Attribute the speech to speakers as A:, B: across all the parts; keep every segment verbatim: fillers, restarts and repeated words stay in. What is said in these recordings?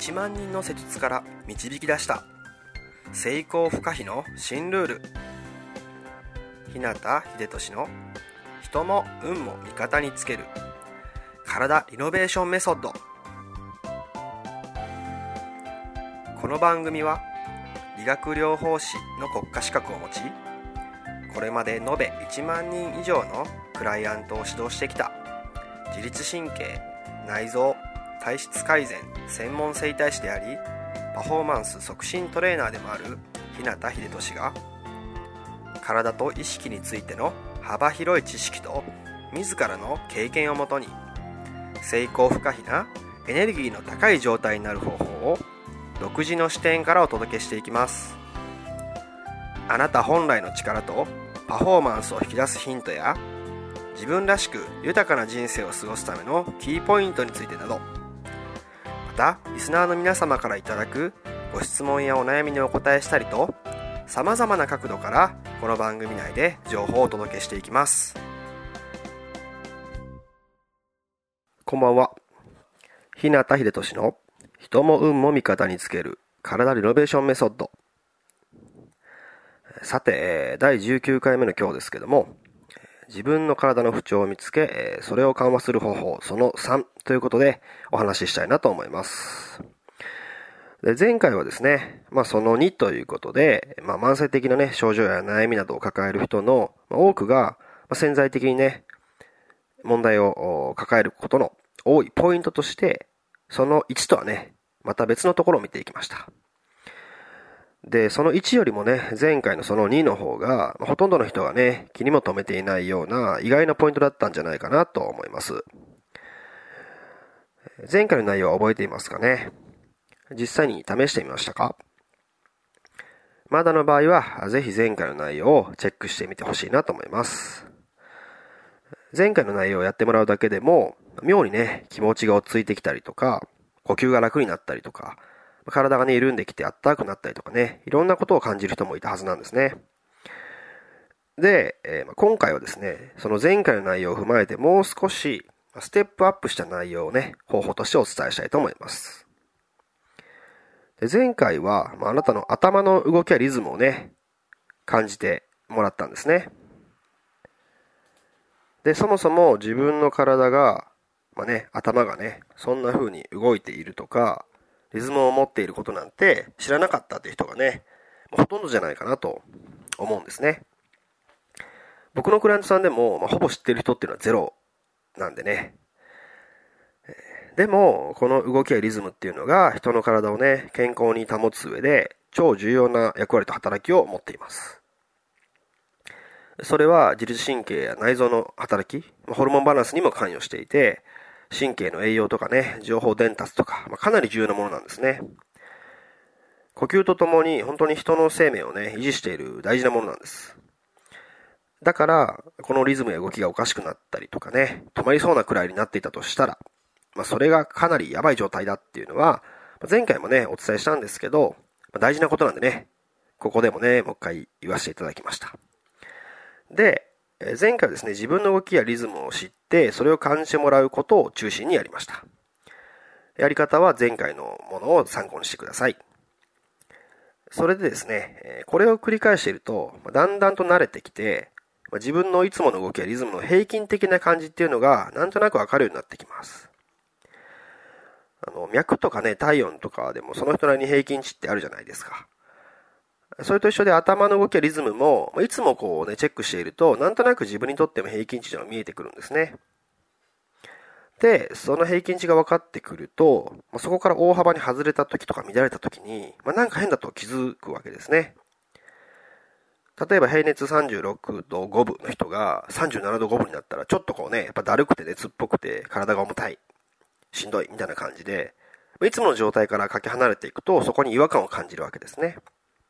A: ちまんにんの施術から導き出した成功不可避の新ルール。日向秀俊の人も運も味方につける体リノベーションメソッド。この番組は理学療法士の国家資格を持ち、これまで延べいちまんにん以上のクライアントを指導してきた自律神経、内臓、体質改善専門整体師であり、パフォーマンス促進トレーナーでもある日向秀俊が、体と意識についての幅広い知識と自らの経験をもとに、成功不可避なエネルギーの高い状態になる方法を独自の視点からお届けしていきます。あなた本来の力とパフォーマンスを引き出すヒントや、自分らしく豊かな人生を過ごすためのキーポイントについてなど、またリスナーの皆様からいただくご質問やお悩みにお答えしたりと、さまざまな角度からこの番組内で情報をお届けしていきます。こんばんは。日向秀俊の人も運も味方につける体リノベーションメソッド。さて、だいじゅうきゅうかいめの今日ですけども、自分の体の不調を見つけ、それを緩和する方法そのさんということでお話ししたいなと思います。で、前回はですね、まあそのにということで、まあ慢性的なね、症状や悩みなどを抱える人の多くが潜在的にね、問題を抱えることの多いポイントとして、そのいちとはね、また別のところを見ていきました。で、そのいちよりもね、前回のそのにの方が、ほとんどの人がね、気にも留めていないような意外なポイントだったんじゃないかなと思います。前回の内容は覚えていますかね。実際に試してみましたか？まだの場合は、ぜひ前回の内容をチェックしてみてほしいなと思います。前回の内容をやってもらうだけでも、妙にね、気持ちが落ち着いてきたりとか、呼吸が楽になったりとか、体がね、緩んできてあったかくなったりとかね、いろんなことを感じる人もいたはずなんですね。で、えー、今回はですね、その前回の内容を踏まえてもう少しステップアップした内容をね、方法としてお伝えしたいと思います。で、前回は、まあ、あなたの頭の動きやリズムをね、感じてもらったんですね。で、そもそも自分の体が、まあね、頭がね、そんな風に動いているとか、リズムを持っていることなんて知らなかったっていう人がね、ほとんどじゃないかなと思うんですね。僕のクライアントさんでも、まあ、ほぼ知ってる人っていうのはゼロなんでね。でも、この動きやリズムっていうのが人の体をね、健康に保つ上で超重要な役割と働きを持っています。それは自律神経や内臓の働き、ホルモンバランスにも関与していて、神経の栄養とかね、情報伝達とか、まあ、かなり重要なものなんですね。呼吸とともに本当に人の生命をね、維持している大事なものなんです。だから、このリズムや動きがおかしくなったりとかね、止まりそうなくらいになっていたとしたら、まあ、それがかなりやばい状態だっていうのは、前回もね、お伝えしたんですけど、大事なことなんでね、ここでもね、もう一回言わせていただきました。で、前回はですね、自分の動きやリズムを知って、それを感じてもらうことを中心にやりました。やり方は前回のものを参考にしてください。それでですね、これを繰り返していると、だんだんと慣れてきて、自分のいつもの動きやリズムの平均的な感じっていうのが、なんとなくわかるようになってきます。あの、脈とかね、体温とかでもその人なりに平均値ってあるじゃないですか。それと一緒で頭の動きやリズムも、いつもこうね、チェックしていると、なんとなく自分にとっても平均値が見えてくるんですね。で、その平均値が分かってくると、そこから大幅に外れた時とか乱れた時に、まあ、なんか変だと気づくわけですね。例えば平熱さんじゅうろくどごぶの人がさんじゅうななどごぶになったら、ちょっとこうね、やっぱだるくて熱っぽくて体が重たい、しんどいみたいな感じで、いつもの状態からかけ離れていくと、そこに違和感を感じるわけですね。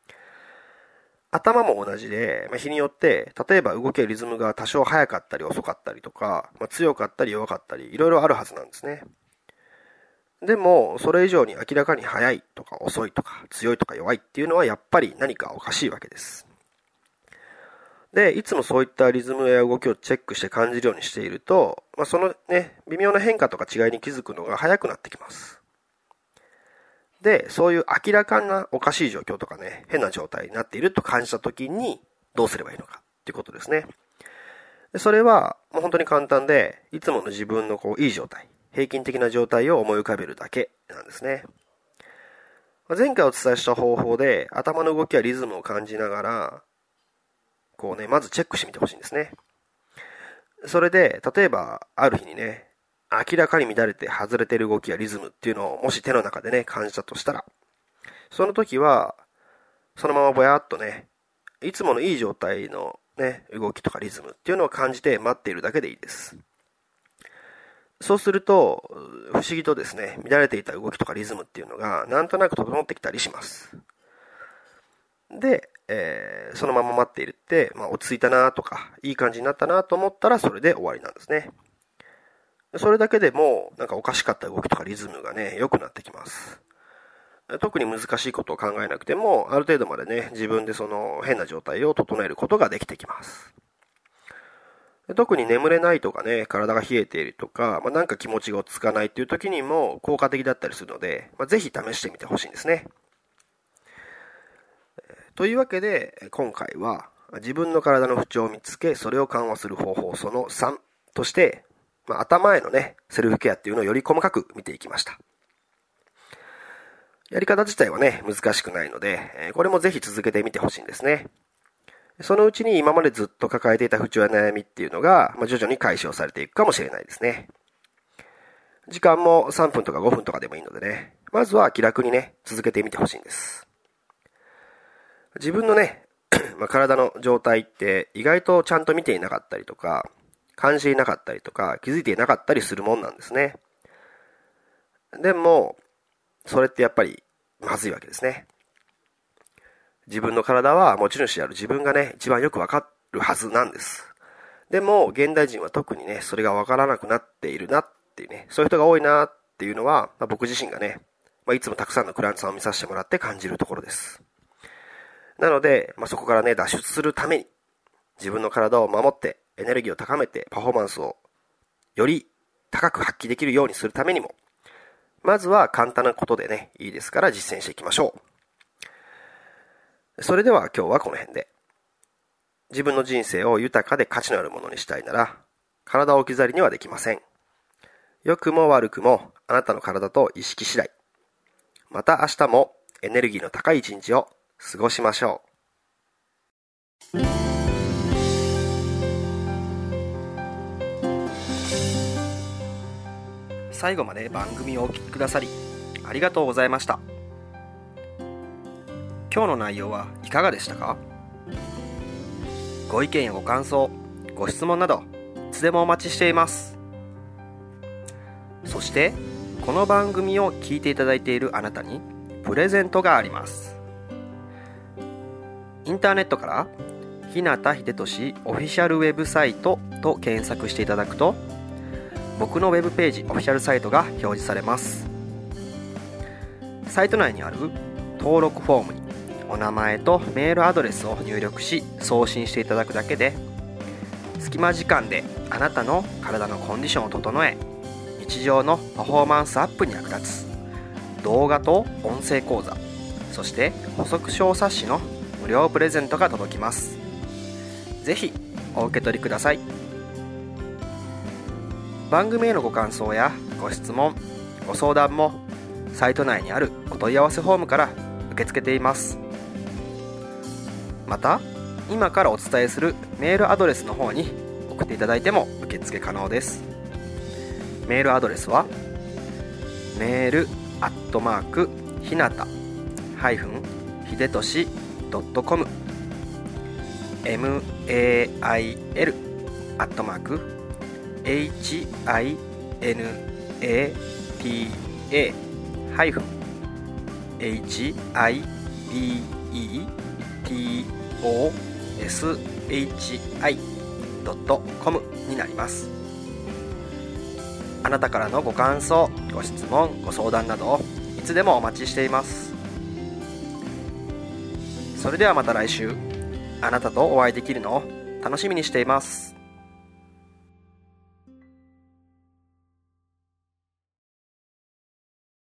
A: 頭も同じで、まあ、日によって、例えば動きやリズムが多少速かったり遅かったりとか、まあ、強かったり弱かったり、いろいろあるはずなんですね。でも、それ以上に明らかに速いとか遅いとか強いとか弱いっていうのはやっぱり何かおかしいわけです。で、いつもそういったリズムや動きをチェックして感じるようにしていると、まあ、そのね、微妙な変化とか違いに気づくのが早くなってきます。 で、そういう明らかなおかしい状況とかね、変な状態になっていると感じたときにどうすればいいのかっていうことですね。でそれはもう本当に簡単で、いつもの自分のこういい状態、平均的な状態を思い浮かべるだけなんですね。前回お伝えした方法で頭の動きやリズムを感じながら、こうね、まずチェックしてみてほしいんですね。それで、例えばある日にね、明らかに乱れて外れている動きやリズムっていうのをもし手の中でね、感じたとしたら、その時は、そのままぼやっとね、いつものいい状態のね、動きとかリズムっていうのを感じて待っているだけでいいです。そうすると、不思議とですね、乱れていた動きとかリズムっていうのが、なんとなく整ってきたりします。で、えー、そのまま待っているって、まあ、落ち着いたなとか、いい感じになったなと思ったら、それで終わりなんですね。それだけでも、なんかおかしかった動きとかリズムがね、良くなってきます。特に難しいことを考えなくても、ある程度までね、自分でその変な状態を整えることができてきます。特に眠れないとかね、体が冷えているとか、まあ、なんか気持ちが落ち着かないっていう時にも効果的だったりするので、まあ、ぜひ試してみてほしいんですね。というわけで、今回は自分の体の不調を見つけ、それを緩和する方法そのさんとして、まあ、頭へのね、セルフケアっていうのをより細かく見ていきました。やり方自体はね、難しくないので、これもぜひ続けてみてほしいんですね。そのうちに今までずっと抱えていた不調や悩みっていうのが、まあ、徐々に解消されていくかもしれないですね。時間もさんぷんとかごふんとかでもいいのでね、まずは気楽にね、続けてみてほしいんです。自分のね、まあ、体の状態って意外とちゃんと見ていなかったりとか、感じていなかったりとか、気づいていなかったりするもんなんですね。でも、それってやっぱりまずいわけですね。自分の体は持ち主である自分がね、一番よくわかるはずなんです。でも、現代人は特にね、それがわからなくなっているなっていうね、そういう人が多いなっていうのは、まあ、僕自身がね、まあ、いつもたくさんのクライアントさんを見させてもらって感じるところです。なので、まあ、そこからね、脱出するために、自分の体を守って、エネルギーを高めて、パフォーマンスをより高く発揮できるようにするためにも、まずは簡単なことでね、いいですから実践していきましょう。それでは今日はこの辺で。自分の人生を豊かで価値のあるものにしたいなら、体を置き去りにはできません。良くも悪くもあなたの体と意識次第。また明日もエネルギーの高い一日を過ごしましょう。最後まで番組をお聞きくださりありがとうございました。今日の内容はいかがでしたか？ご意見やご感想、ご質問などいつでもお待ちしています。そしてこの番組を聞いていただいているあなたにプレゼントがあります。インターネットから日向秀俊オフィシャルウェブサイトと検索していただくと、僕のウェブページオフィシャルサイトが表示されます。サイト内にある登録フォームにお名前とメールアドレスを入力し送信していただくだけで、隙間時間であなたの体のコンディションを整え、日常のパフォーマンスアップに役立つ動画と音声講座、そして補足小冊子の無料プレゼントが届きます。ぜひお受け取りください。番組へのご感想やご質問、ご相談もサイト内にあるお問い合わせフォームから受け付けています。また、今からお伝えするメールアドレスの方に送っていただいても受付可能です。メールアドレスはメールアットマークひなたハイフンひでとしドットコム メールアットマーク ひなたハイフン ヒビトシドットコム になります。あなたからのご感想、ご質問、ご相談などいつでもお待ちしています。それではまた来週、あなたとお会いできるのを楽しみにしています。